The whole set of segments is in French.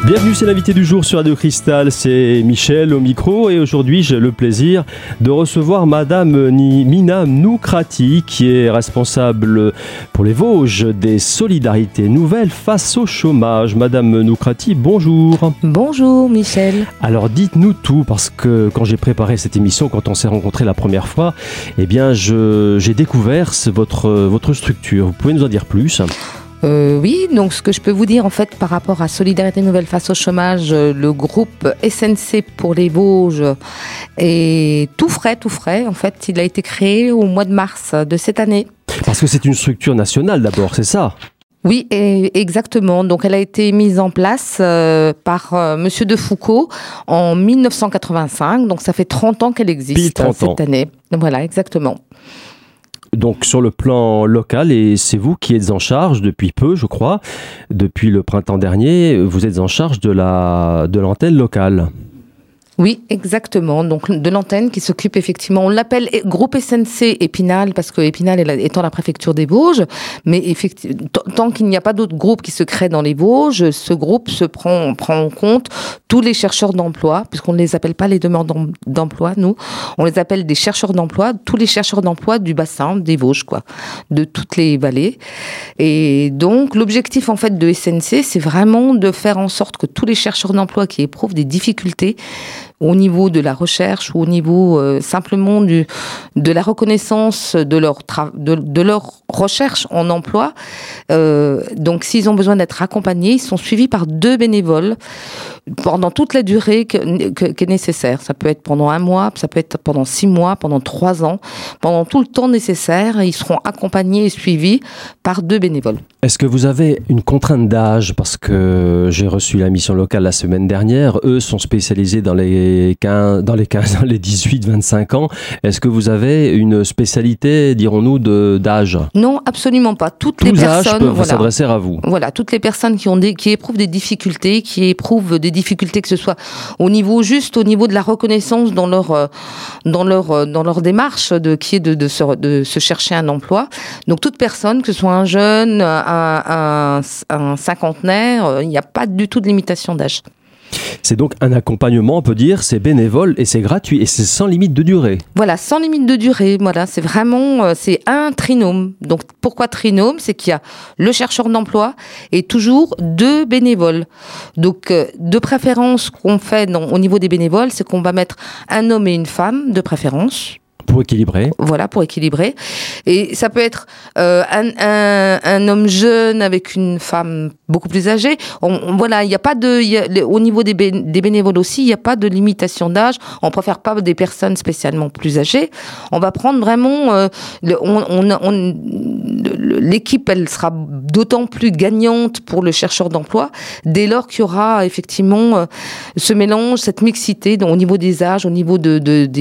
Bienvenue, c'est l'invité du jour sur Radio Cristal, c'est Michel au micro et aujourd'hui j'ai le plaisir de recevoir Madame Mina Noukrati qui est responsable pour les Vosges des solidarités nouvelles face au chômage. Madame Noukrati, bonjour. Bonjour Michel. Alors dites-nous tout parce que quand j'ai préparé cette émission, quand on s'est rencontrés la première fois, eh bien j'ai découvert votre structure. Vous pouvez nous en dire plus ? Oui, donc ce que je peux vous dire en fait par rapport à Solidarité Nouvelle face au chômage, le groupe SNC pour les Vosges est tout frais. En fait, il a été créé au mois de mars de cette année. Parce que c'est une structure nationale d'abord, c'est ça ? Oui, exactement. Donc, elle a été mise en place par Monsieur de Foucauld en 1985. Donc, ça fait 30 ans qu'elle existe. Pile 30 ans. Cette année. Voilà, exactement. Donc sur le plan local, et c'est vous qui êtes en charge depuis peu, je crois, depuis le printemps dernier, vous êtes en charge de l'antenne locale. Oui, exactement. Donc, de l'antenne qui s'occupe effectivement, on l'appelle groupe SNC Épinal parce que Épinal étant la préfecture des Vosges, mais tant qu'il n'y a pas d'autres groupes qui se créent dans les Vosges, ce groupe prend en compte tous les chercheurs d'emploi, puisqu'on ne les appelle pas les demandeurs d'emploi, nous, on les appelle des chercheurs d'emploi, tous les chercheurs d'emploi du bassin des Vosges, quoi, de toutes les vallées. Et donc, l'objectif en fait de SNC, c'est vraiment de faire en sorte que tous les chercheurs d'emploi qui éprouvent des difficultés au niveau de la recherche ou au niveau simplement de la reconnaissance de leur recherche en emploi. Donc, s'ils ont besoin d'être accompagnés, ils sont suivis par 2 bénévoles pendant toute la durée qui est nécessaire. Ça peut être pendant 1 mois, ça peut être pendant 6 mois, pendant 3 ans. Pendant tout le temps nécessaire, ils seront accompagnés et suivis par 2 bénévoles. Est-ce que vous avez une contrainte d'âge ? Parce que j'ai reçu la mission locale la semaine dernière. Eux sont spécialisés dans les 18-25 ans. Est-ce que vous avez une spécialité, dirons-nous, d'âge ? Non, absolument pas. Tous les personnes peuvent s'adresser à vous. Voilà, toutes les personnes qui éprouvent des difficultés, que ce soit au niveau de la reconnaissance dans leur démarche de se chercher un emploi. Donc toute personne, que ce soit un jeune, un cinquantenaire, il n'y a pas du tout de limitation d'âge. C'est donc un accompagnement, on peut dire, c'est bénévole et c'est gratuit et c'est sans limite de durée. Voilà, sans limite de durée. Voilà, c'est vraiment, c'est un trinôme. Donc pourquoi trinôme ? C'est qu'il y a le chercheur d'emploi et toujours 2 bénévoles. Donc de préférence, qu'on fait au niveau des bénévoles, c'est qu'on va mettre un homme et une femme de préférence. Pour équilibrer. Voilà, pour équilibrer. Et ça peut être un homme jeune avec une femme beaucoup plus âgée. Voilà, il n'y a pas au niveau des bénévoles aussi, il n'y a pas de limitation d'âge. On préfère pas des personnes spécialement plus âgées. On va prendre vraiment l'équipe, elle sera d'autant plus gagnante pour le chercheur d'emploi dès lors qu'il y aura effectivement ce mélange, cette mixité au niveau des âges, au niveau du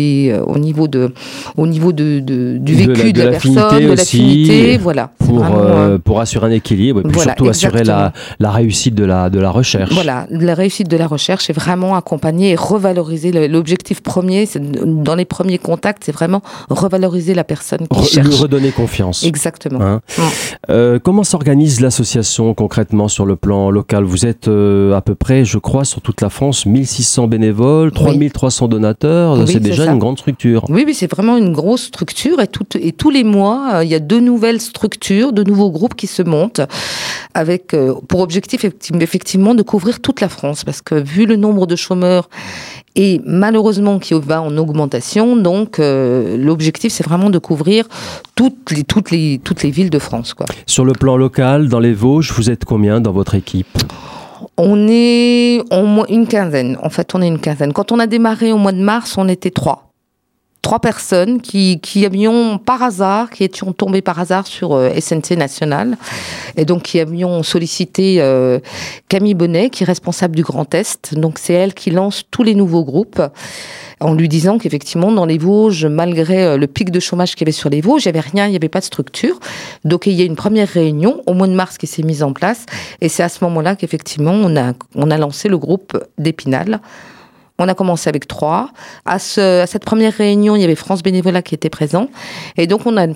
vécu de la personne, de l'affinité, voilà. Pour assurer un équilibre et puis voilà, surtout exactement. Assurer la réussite de la recherche. Voilà, la réussite de la recherche est vraiment accompagner et revaloriser. L'objectif premier, dans les premiers contacts, c'est vraiment revaloriser la personne qui cherche. Lui redonner confiance. Exactement. Hein. Comment s'organise l'association concrètement sur le plan local ? Vous êtes à peu près, je crois, sur toute la France, 1600 bénévoles, 3300 donateurs. Oui, c'est déjà une grande structure. Oui, c'est vraiment une grosse structure et tous les mois, il y a 2 nouvelles structures, 2 nouveaux groupes qui se montent avec pour objectif effectivement de couvrir toute la France parce que vu le nombre de chômeurs et malheureusement qui va en augmentation, donc l'objectif c'est vraiment de couvrir toutes les villes de France, quoi. Sur le plan local, dans les Vosges, vous êtes combien dans votre équipe ? On est une quinzaine. En fait, on est une quinzaine. Quand on a démarré au mois de mars, on était 3 personnes qui avions qui étions tombées par hasard sur SNC National et donc qui avions sollicité Camille Bonnet qui est responsable du Grand Est. Donc c'est elle qui lance tous les nouveaux groupes en lui disant qu'effectivement dans les Vosges, malgré le pic de chômage qu'il y avait sur les Vosges, il n'y avait rien, il n'y avait pas de structure. Donc il y a une première réunion au mois de mars qui s'est mise en place et c'est à ce moment-là qu'effectivement on a lancé le groupe d'Épinal On a commencé avec 3. À cette première réunion, il y avait France Bénévolat qui était présent. Et donc, on a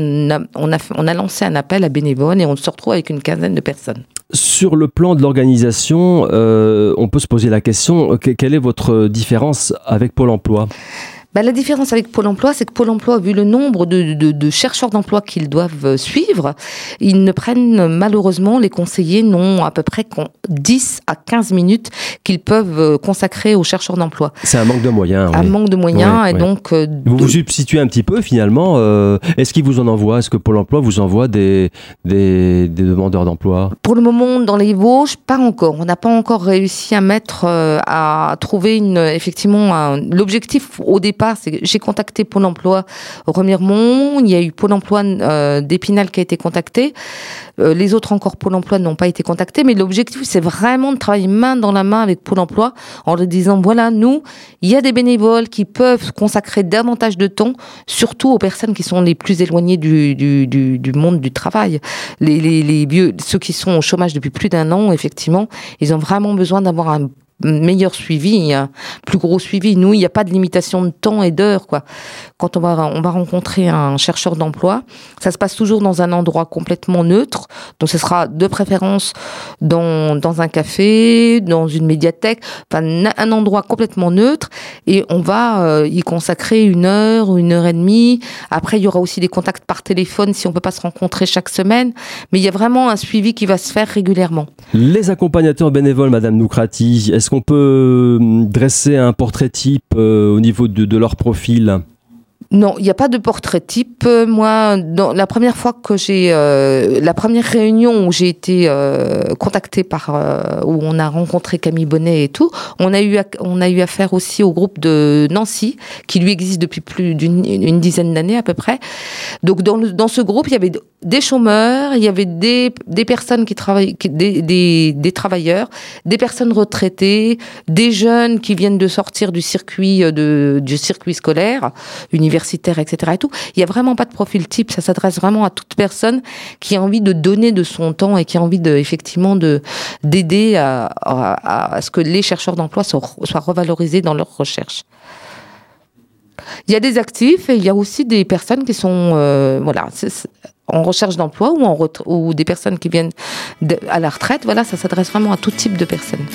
lancé un appel à bénévoles et on se retrouve avec une quinzaine de personnes. Sur le plan de l'organisation, on peut se poser la question, quelle est votre différence avec Pôle emploi ? La différence avec Pôle emploi, c'est que Pôle emploi, vu le nombre de chercheurs d'emploi qu'ils doivent suivre, ils ne prennent malheureusement, les conseillers n'ont à peu près 10 à 15 minutes qu'ils peuvent consacrer aux chercheurs d'emploi. C'est un manque de moyens. Un manque de moyens. Et donc, vous vous substituez un petit peu finalement. Est-ce qu'ils vous en envoient ? Est-ce que Pôle emploi vous envoie des demandeurs d'emploi ? Pour le moment, dans les Vosges, pas encore. On n'a pas encore réussi à trouver effectivement l'objectif au départ. C'est que j'ai contacté Pôle emploi Remiremont, il y a eu Pôle emploi d'Épinal qui a été contacté, les autres encore Pôle emploi n'ont pas été contactés, mais l'objectif c'est vraiment de travailler main dans la main avec Pôle emploi en leur disant voilà, nous, il y a des bénévoles qui peuvent consacrer davantage de temps, surtout aux personnes qui sont les plus éloignées du monde du travail. Les vieux, ceux qui sont au chômage depuis plus d'1 an, effectivement, ils ont vraiment besoin d'avoir un meilleur suivi, un plus gros suivi. Nous, il n'y a pas de limitation de temps et d'heures, quoi. Quand on va rencontrer un chercheur d'emploi, ça se passe toujours dans un endroit complètement neutre. Donc, ce sera de préférence dans un café, dans une médiathèque, enfin, un endroit complètement neutre. Et on va y consacrer 1 heure ou 1 heure et demie. Après, il y aura aussi des contacts par téléphone si on peut pas se rencontrer chaque semaine. Mais il y a vraiment un suivi qui va se faire régulièrement. Les accompagnateurs bénévoles, Madame Noukrati, est-ce qu'on peut dresser un portrait type au niveau de leur profil ? Non, il n'y a pas de portrait type. Moi, la première fois que la première réunion où j'ai été contactée où on a rencontré Camille Bonnet et tout, on a eu affaire aussi au groupe de Nancy, qui lui existe depuis plus d'une dizaine d'années à peu près. Donc dans ce groupe, il y avait des chômeurs, il y avait des personnes qui travaillent, des travailleurs, des personnes retraitées, des jeunes qui viennent de sortir du circuit scolaire, universitaire, etc. et tout. Il y a vraiment pas de profil type. Ça s'adresse vraiment à toute personne qui a envie de donner de son temps et qui a envie d'aider à ce que les chercheurs d'emploi soient revalorisés dans leurs recherches. Il y a des actifs et il y a aussi des personnes qui sont en recherche d'emploi ou des personnes qui viennent à la retraite. Voilà, ça s'adresse vraiment à tout type de personnes.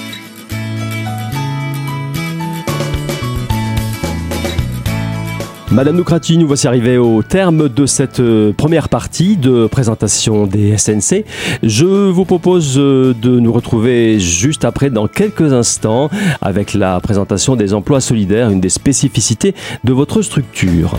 Madame Noukrati, nous voici arrivés au terme de cette première partie de présentation des SNC. Je vous propose de nous retrouver juste après, dans quelques instants, avec la présentation des emplois solidaires, une des spécificités de votre structure.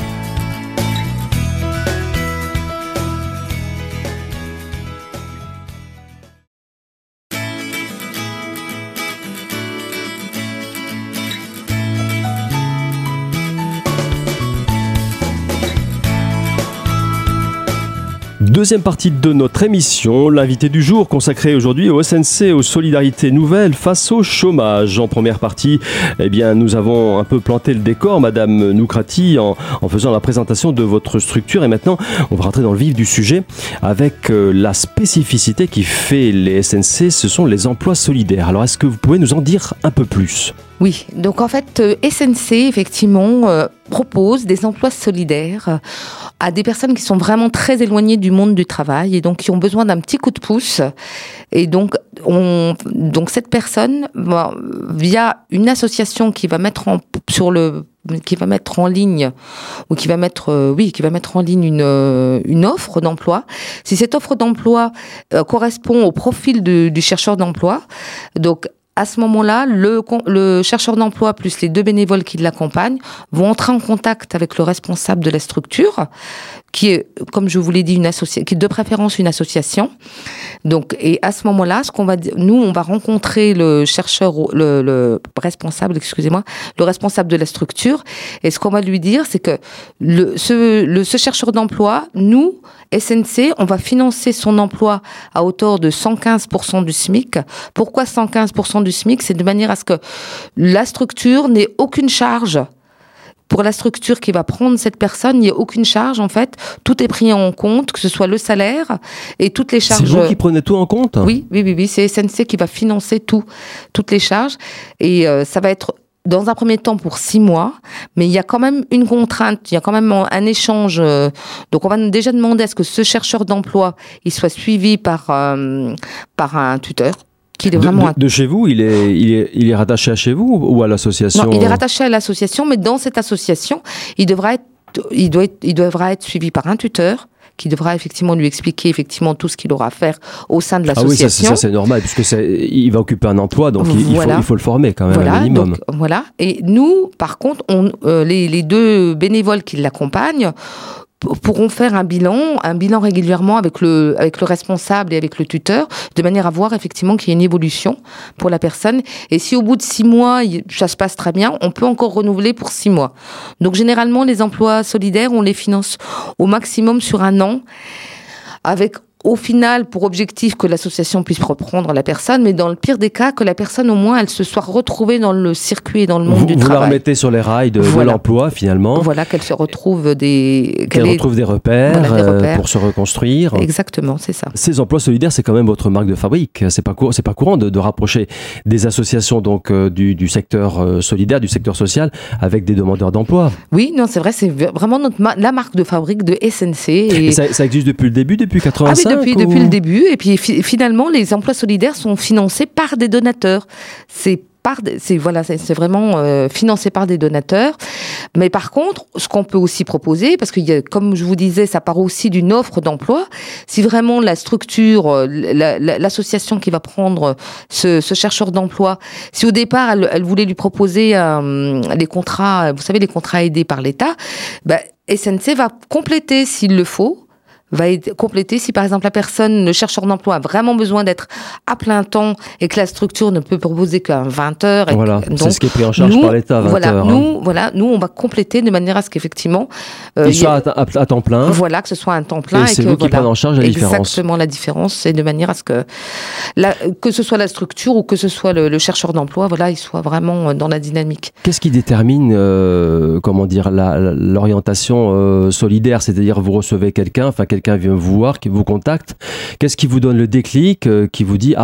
Deuxième partie de notre émission, l'invité du jour consacré aujourd'hui au SNC, aux solidarités nouvelles face au chômage. En première partie, nous avons un peu planté le décor, Madame Noukrati, en faisant la présentation de votre structure. Et maintenant, on va rentrer dans le vif du sujet avec la spécificité qui fait les SNC, ce sont les emplois solidaires. Alors, est-ce que vous pouvez nous en dire un peu plus ? Oui, donc en fait, SNC, effectivement, propose des emplois solidaires à des personnes qui sont vraiment très éloignées du monde du travail et donc qui ont besoin d'un petit coup de pouce. Et donc cette personne, via une association qui va mettre en ligne une offre d'emploi. Si cette offre d'emploi correspond au profil du chercheur d'emploi, donc à ce moment-là, le chercheur d'emploi plus les 2 bénévoles qui l'accompagnent vont entrer en contact avec le responsable de la structure, qui est, comme je vous l'ai dit, qui est de préférence une association. Donc, et à ce moment-là, on va rencontrer le responsable de la structure. Et ce qu'on va lui dire, c'est que ce chercheur d'emploi, nous, SNC, on va financer son emploi à hauteur de 115% du SMIC. Pourquoi 115% du SMIC ? C'est de manière à ce que la structure n'ait aucune charge. Pour la structure qui va prendre cette personne, il n'y a aucune charge, en fait. Tout est pris en compte, que ce soit le salaire et toutes les charges. C'est vous qui prenez tout en compte ? Oui. C'est SNC qui va financer toutes les charges. Et ça va être dans un premier temps pour 6 mois, mais il y a quand même une contrainte, il y a quand même un échange. Donc on va déjà demander à ce que ce chercheur d'emploi, il soit suivi par un tuteur. De chez vous, il est rattaché à chez vous ou à l'association? Non, il est rattaché à l'association, mais dans cette association, il devra être suivi par un tuteur qui devra effectivement lui expliquer effectivement tout ce qu'il aura à faire au sein de l'association. Ah oui, ça c'est normal, puisque il va occuper un emploi, donc il faut le former quand même un minimum. Donc, voilà. Et nous, par contre, les 2 bénévoles qui l'accompagnent pourront faire un bilan régulièrement avec le responsable et avec le tuteur, de manière à voir effectivement qu'il y a une évolution pour la personne. Et si au bout de 6 mois, ça se passe très bien, on peut encore renouveler pour 6 mois. Donc généralement, les emplois solidaires, on les finance au maximum sur 1 an, avec au final, pour objectif que l'association puisse reprendre la personne, mais dans le pire des cas, que la personne, au moins, elle se soit retrouvée dans le circuit et dans le monde du travail. Vous la remettez sur les rails de l'emploi, finalement. Voilà, qu'elle se retrouve qu'elle retrouve des repères, pour se reconstruire. Exactement, c'est ça. Ces emplois solidaires, c'est quand même votre marque de fabrique. C'est pas courant de rapprocher des associations donc du secteur solidaire, du secteur social, avec des demandeurs d'emploi. Oui, non, c'est vrai, c'est vraiment la marque de fabrique de SNC. Et ça existe depuis le début, depuis 85? Depuis le début. Et puis finalement, les emplois solidaires sont financés par des donateurs. C'est vraiment financé par des donateurs. Mais par contre, ce qu'on peut aussi proposer, parce que comme je vous disais, ça part aussi d'une offre d'emploi. Si vraiment la structure, l'association qui va prendre ce chercheur d'emploi, si au départ elle voulait lui proposer les contrats, vous savez, les contrats aidés par l'État, SNC va compléter s'il le faut. Va être complété si par exemple le chercheur d'emploi a vraiment besoin d'être à plein temps et que la structure ne peut proposer qu'un 20 heures. Voilà, c'est ce qui est pris en charge par l'État, 20 heures. Nous on va compléter de manière à ce qu'effectivement... il soit à temps plein. Voilà, que ce soit un temps plein. Et c'est vous qui prenez en charge la différence. Exactement, la différence, c'est de manière à ce que ce soit la structure ou que ce soit le chercheur d'emploi, il soit vraiment dans la dynamique. Qu'est-ce qui détermine l'orientation solidaire? C'est-à-dire vous recevez quelqu'un vient vous voir, qui vous contacte. Qu'est-ce qui vous donne le déclic, qui vous dit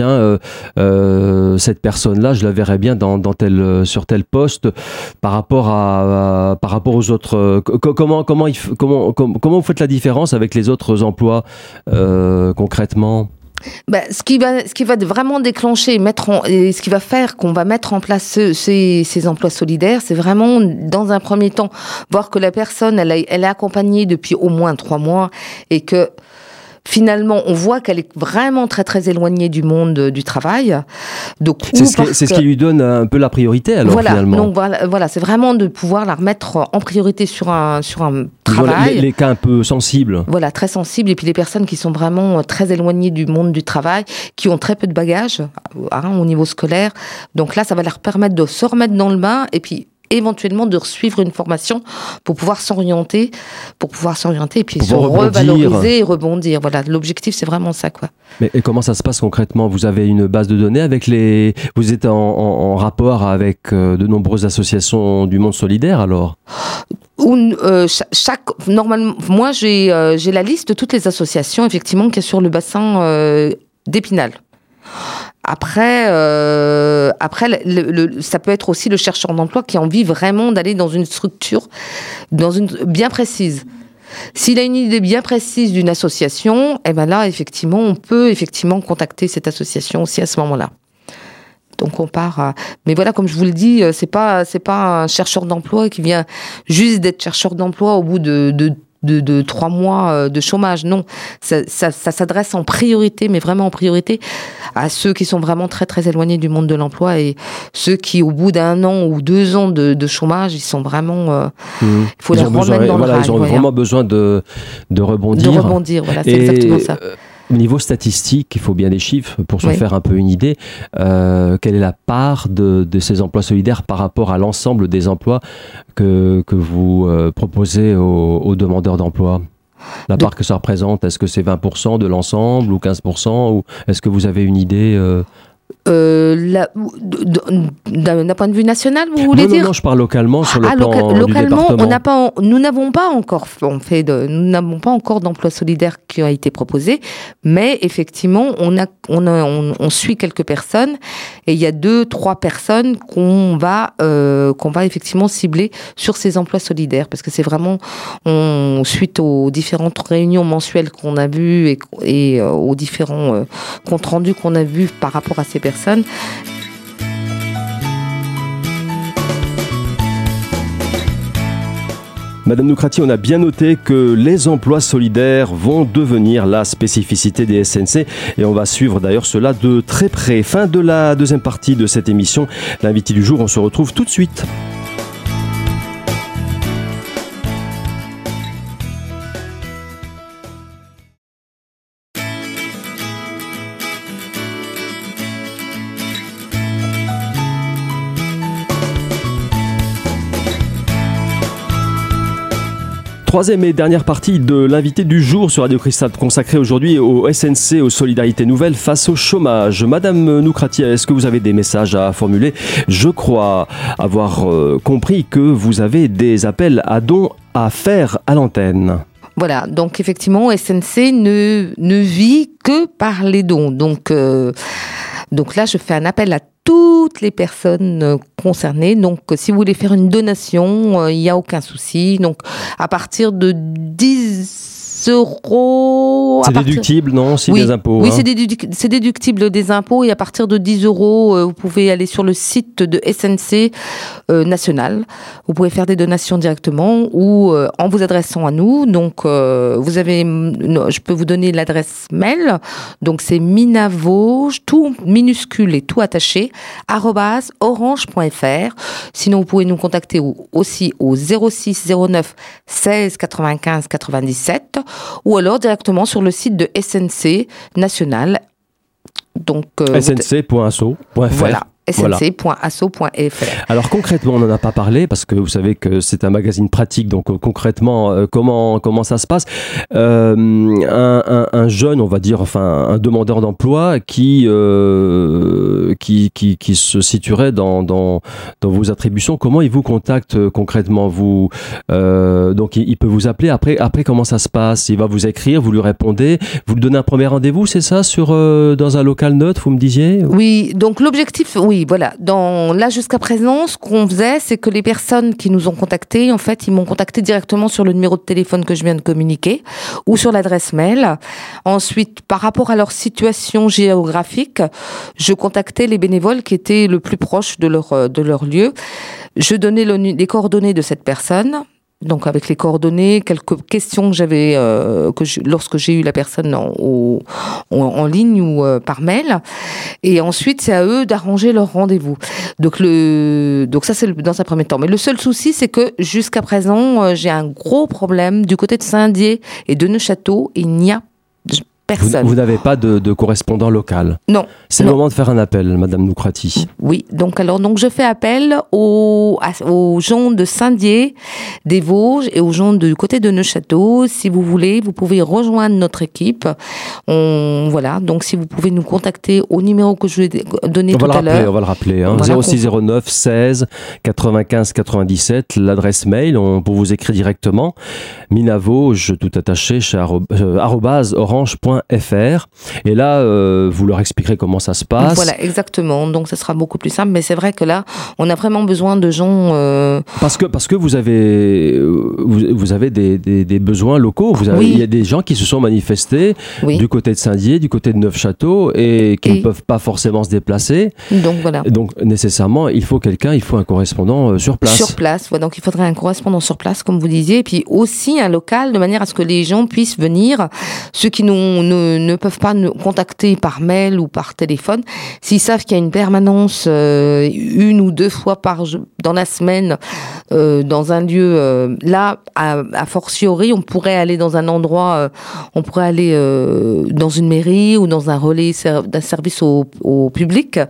cette personne-là, je la verrais bien sur tel poste par rapport aux autres. Comment vous faites la différence avec les autres emplois concrètement? Ce qui va vraiment déclencher et ce qui va faire qu'on va mettre en place ces emplois solidaires, c'est vraiment, dans un premier temps, voir que la personne, elle est accompagnée depuis au moins 3 mois et que finalement, on voit qu'elle est vraiment très très éloignée du monde du travail. Donc, c'est ce qui lui donne un peu la priorité, alors finalement. Donc voilà, c'est vraiment de pouvoir la remettre en priorité sur un travail. Les cas un peu sensibles. Voilà, très sensibles. Et puis les personnes qui sont vraiment très éloignées du monde du travail, qui ont très peu de bagages au niveau scolaire. Donc là, ça va leur permettre de se remettre dans le bain et puis éventuellement de suivre une formation pour pouvoir s'orienter et puis se revaloriser et rebondir. Voilà, l'objectif c'est vraiment ça, quoi. Mais et comment ça se passe concrètement? Vous avez une base de données vous êtes en rapport avec de nombreuses associations du monde solidaire alors? Normalement, moi j'ai la liste de toutes les associations effectivement qui est sur le bassin d'Épinal. Après, ça peut être aussi le chercheur d'emploi qui a envie vraiment d'aller dans une structure, bien précise. S'il a une idée bien précise d'une association, là, effectivement, on peut contacter cette association aussi à ce moment-là. Donc on part. Mais voilà, comme je vous le dis, c'est pas un chercheur d'emploi qui vient juste d'être chercheur d'emploi au bout de 3 mois de chômage. Non, ça s'adresse en priorité, mais vraiment en priorité, à ceux qui sont vraiment très très éloignés du monde de l'emploi et ceux qui, au bout d'1 an ou 2 ans de chômage, ils sont vraiment... Il faut les remettre dans le rail. Ils ont vraiment besoin de rebondir. De rebondir, voilà, c'est exactement ça. Au niveau statistique, il faut bien des chiffres pour se faire un peu une idée. Quelle est la part de ces emplois solidaires par rapport à l'ensemble des emplois que vous proposez aux demandeurs d'emploi? La part que ça représente, est-ce que c'est 20% de l'ensemble ou 15% ou est-ce que vous avez une idée D'un point de vue national, vous voulez dire? Non, je parle localement sur le plan localement, du département. nous n'avons pas encore d'emploi solidaire qui a été proposé, mais effectivement, on suit quelques personnes et il y a 2-3 personnes qu'on va effectivement cibler sur ces emplois solidaires, parce que c'est vraiment suite aux différentes réunions mensuelles qu'on a vues et aux différents comptes rendus qu'on a vus par rapport à ces personnes. Madame Noukrati, on a bien noté que les emplois solidaires vont devenir la spécificité des SNC et on va suivre d'ailleurs cela de très près. Fin de la deuxième partie de cette émission. L'invité du jour, on se retrouve tout de suite. Troisième et dernière partie de l'invité du jour sur Radio Cristal, consacrée aujourd'hui au SNC, aux solidarités nouvelles face au chômage. Madame Noukrati, est-ce que vous avez des messages à formuler? Je crois avoir compris que vous avez des appels à dons à faire à l'antenne. Voilà, donc effectivement, SNC ne vit que par les dons. Donc là, je fais un appel à toutes les personnes concernées. Donc, si vous voulez faire une donation, il n'y a aucun souci. Donc, à partir de 10 euros... C'est déductible, non? Oui, des impôts. Oui, c'est déductible des impôts. Et à partir de 10 euros, vous pouvez aller sur le site de SNC national. Vous pouvez faire des donations directement ou en vous adressant à nous. Donc, je peux vous donner l'adresse mail. Donc, c'est minavauge, tout minuscule et tout attaché, @orange.fr. Sinon, vous pouvez nous contacter aussi au 06 09 16 95 97 ou alors directement sur le site de SNC national. Donc snc.asso.fr. Voilà. snc.asso.fr. Alors concrètement, on n'en a pas parlé parce que vous savez que c'est un magazine pratique, donc concrètement, comment ça se passe? Un jeune, on va dire, enfin un demandeur d'emploi qui se situerait dans vos attributions, comment il vous contacte concrètement? Donc il peut vous appeler, après comment ça se passe? Il va vous écrire, vous lui répondez, vous lui donnez un premier rendez-vous, c'est ça, dans un local neutre, vous me disiez? Oui, donc l'objectif, oui, voilà. Là, jusqu'à présent, ce qu'on faisait, c'est que les personnes qui nous ont contactés, en fait, ils m'ont contacté directement sur le numéro de téléphone que je viens de communiquer ou sur l'adresse mail. Ensuite, par rapport à leur situation géographique, je contactais les bénévoles qui étaient le plus proches de leur lieu. Je donnais les coordonnées de cette personne. Donc avec les coordonnées, quelques questions que j'avais lorsque j'ai eu la personne en ligne ou par mail, et ensuite c'est à eux d'arranger leur rendez-vous. Donc ça c'est dans un premier temps. Mais le seul souci, c'est que jusqu'à présent j'ai un gros problème du côté de Saint-Dié et de Neufchâteau. Il n'y a personne. Vous n'avez pas de correspondant local? Non. C'est le moment de faire un appel, Madame Noukrati. Oui, donc je fais appel aux gens de Saint-Dié, des Vosges et aux gens du côté de Neufchâteau. Si vous voulez, vous pouvez rejoindre notre équipe. Voilà, donc si vous pouvez nous contacter au numéro que je vous ai donné tout à l'heure. On va le rappeler, hein. Voilà, 06 09 16 95 97, l'adresse mail, pour vous écrire directement. Minavauge, tout attaché, chez @orange.fr. Et là, vous leur expliquerez comment ça se passe. Voilà, exactement. Donc, ça sera beaucoup plus simple. Mais c'est vrai que là, on a vraiment besoin de gens... Parce que vous avez des besoins locaux. Il y a des gens qui se sont manifestés du côté de Saint-Dié, du côté de Neufchâteau et qui ne peuvent pas forcément se déplacer. Donc, voilà. Donc, nécessairement, il faut un correspondant sur place. Sur place, donc il faudrait un correspondant sur place, comme vous disiez, et puis aussi un local, de manière à ce que les gens puissent venir, ceux qui ne peuvent pas nous contacter par mail ou par téléphone, s'ils savent qu'il y a une permanence 1 ou 2 fois dans la semaine dans un lieu, là, a fortiori, on pourrait aller dans un endroit, on pourrait aller dans une mairie ou dans un relais d'un service au public,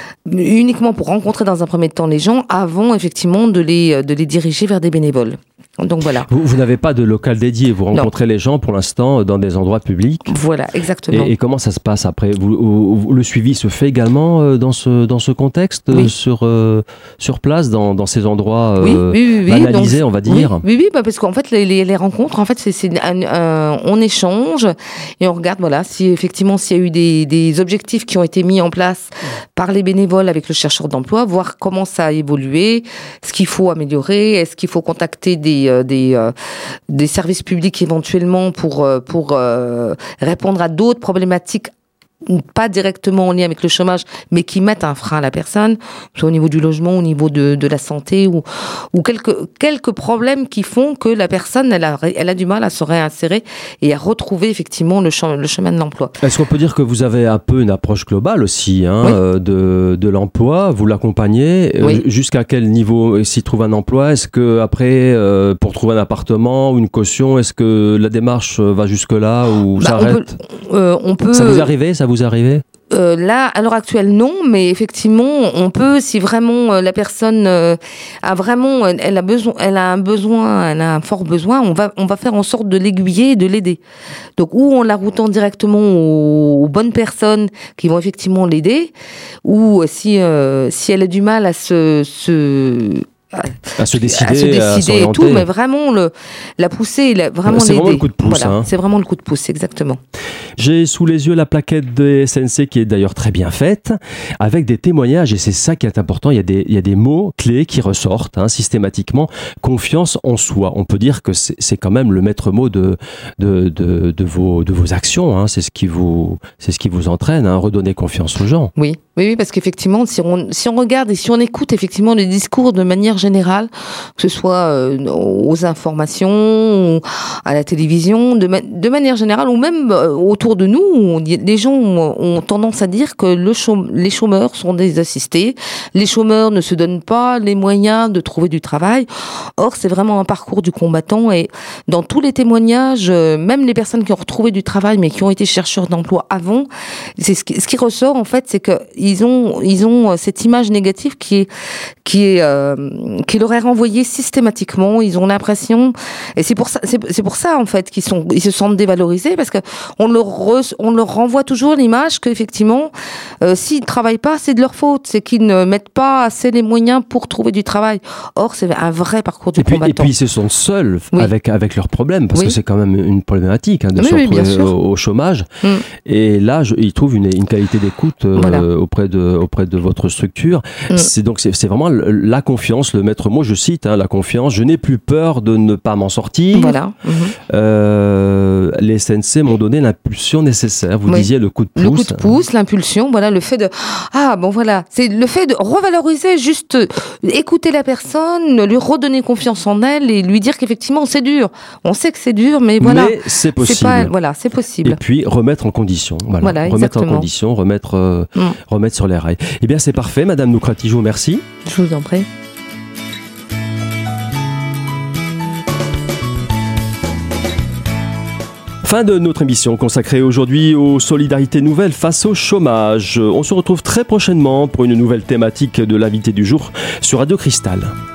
uniquement pour rencontrer dans un premier temps les gens, avant effectivement de les diriger vers des bénévoles. Donc voilà. Vous n'avez pas de local dédié, vous rencontrez les gens pour l'instant dans des endroits publics. Voilà, exactement. Et comment ça se passe après? Le suivi se fait également dans ce contexte, sur place, dans ces endroits banalisés, donc, on va dire. Oui, parce qu'en fait, les rencontres, en fait, on échange et on regarde, voilà, si effectivement, s'il y a eu des objectifs qui ont été mis en place par les bénévoles avec le chercheur d'emploi, voir comment ça a évolué, ce qu'il faut améliorer, est-ce qu'il faut contacter des services publics éventuellement pour répondre à d'autres problématiques pas directement en lien avec le chômage, mais qui mettent un frein à la personne, soit au niveau du logement, au niveau de la santé, ou quelques problèmes qui font que la personne, elle a du mal à se réinsérer et à retrouver effectivement le chemin de l'emploi. Est-ce qu'on peut dire que vous avez un peu une approche globale aussi de l'emploi? Vous l'accompagnez jusqu'à quel niveau s'il trouve un emploi? Est-ce que après, pour trouver un appartement ou une caution, est-ce que la démarche va jusque-là ou s'arrête? On peut. Ça vous arrive? Là, à l'heure actuelle, non, mais effectivement, on peut, si vraiment la personne elle a un fort besoin, on va faire en sorte de l'aiguiller et de l'aider. Donc, ou en la routant directement aux bonnes personnes qui vont effectivement l'aider, ou si elle a du mal à se décider et tout, mais vraiment la pousser, vraiment l'aider. C'est vraiment le coup de pouce. Voilà, c'est vraiment le coup de pouce, exactement. J'ai sous les yeux la plaquette de SNC qui est d'ailleurs très bien faite, avec des témoignages, et c'est ça qui est important. Il y a des mots clés qui ressortent systématiquement. Confiance en soi. On peut dire que c'est quand même le maître mot de vos actions. C'est ce qui vous entraîne, redonner confiance aux gens. Oui, parce qu'effectivement, si on regarde et si on écoute effectivement les discours de manière générale, que ce soit aux informations, ou à la télévision, de manière générale, ou même autour de nous, les gens ont tendance à dire que les chômeurs sont des assistés, les chômeurs ne se donnent pas les moyens de trouver du travail. Or, c'est vraiment un parcours du combattant, et dans tous les témoignages, même les personnes qui ont retrouvé du travail mais qui ont été chercheurs d'emploi avant, ce qui ressort en fait, c'est que ils ont cette image négative qui leur est renvoyée systématiquement. Ils ont l'impression, et c'est pour ça en fait ils se sentent dévalorisés, parce que on leur renvoie toujours l'image qu'effectivement s'ils ne travaillent pas, c'est de leur faute, c'est qu'ils ne mettent pas assez les moyens pour trouver du travail. Or, c'est un vrai parcours du combattant. Et puis ils se sentent seuls avec leurs problèmes, parce que c'est quand même une problématique de se retrouver au chômage. Et là, ils trouvent une qualité d'écoute auprès de votre structure. C'est vraiment la confiance, le maître mot, je cite, la confiance. Je n'ai plus peur de ne pas m'en sortir. Voilà. Les SNC m'ont donné l'impulsion nécessaire. Vous disiez le coup de pouce. Le coup de pouce, l'impulsion, le fait de... c'est le fait de revaloriser, juste écouter la personne, lui redonner confiance en elle et lui dire qu'effectivement c'est dur. On sait que c'est dur, mais voilà. Mais c'est possible. C'est possible. Et puis remettre en condition. Remettre en condition, remettre sur les rails. Eh bien, c'est parfait, Madame Noukrati, je vous remercie. Je vous en prie. Fin de notre émission consacrée aujourd'hui aux solidarités nouvelles face au chômage. On se retrouve très prochainement pour une nouvelle thématique de l'invité du jour sur Radio Cristal.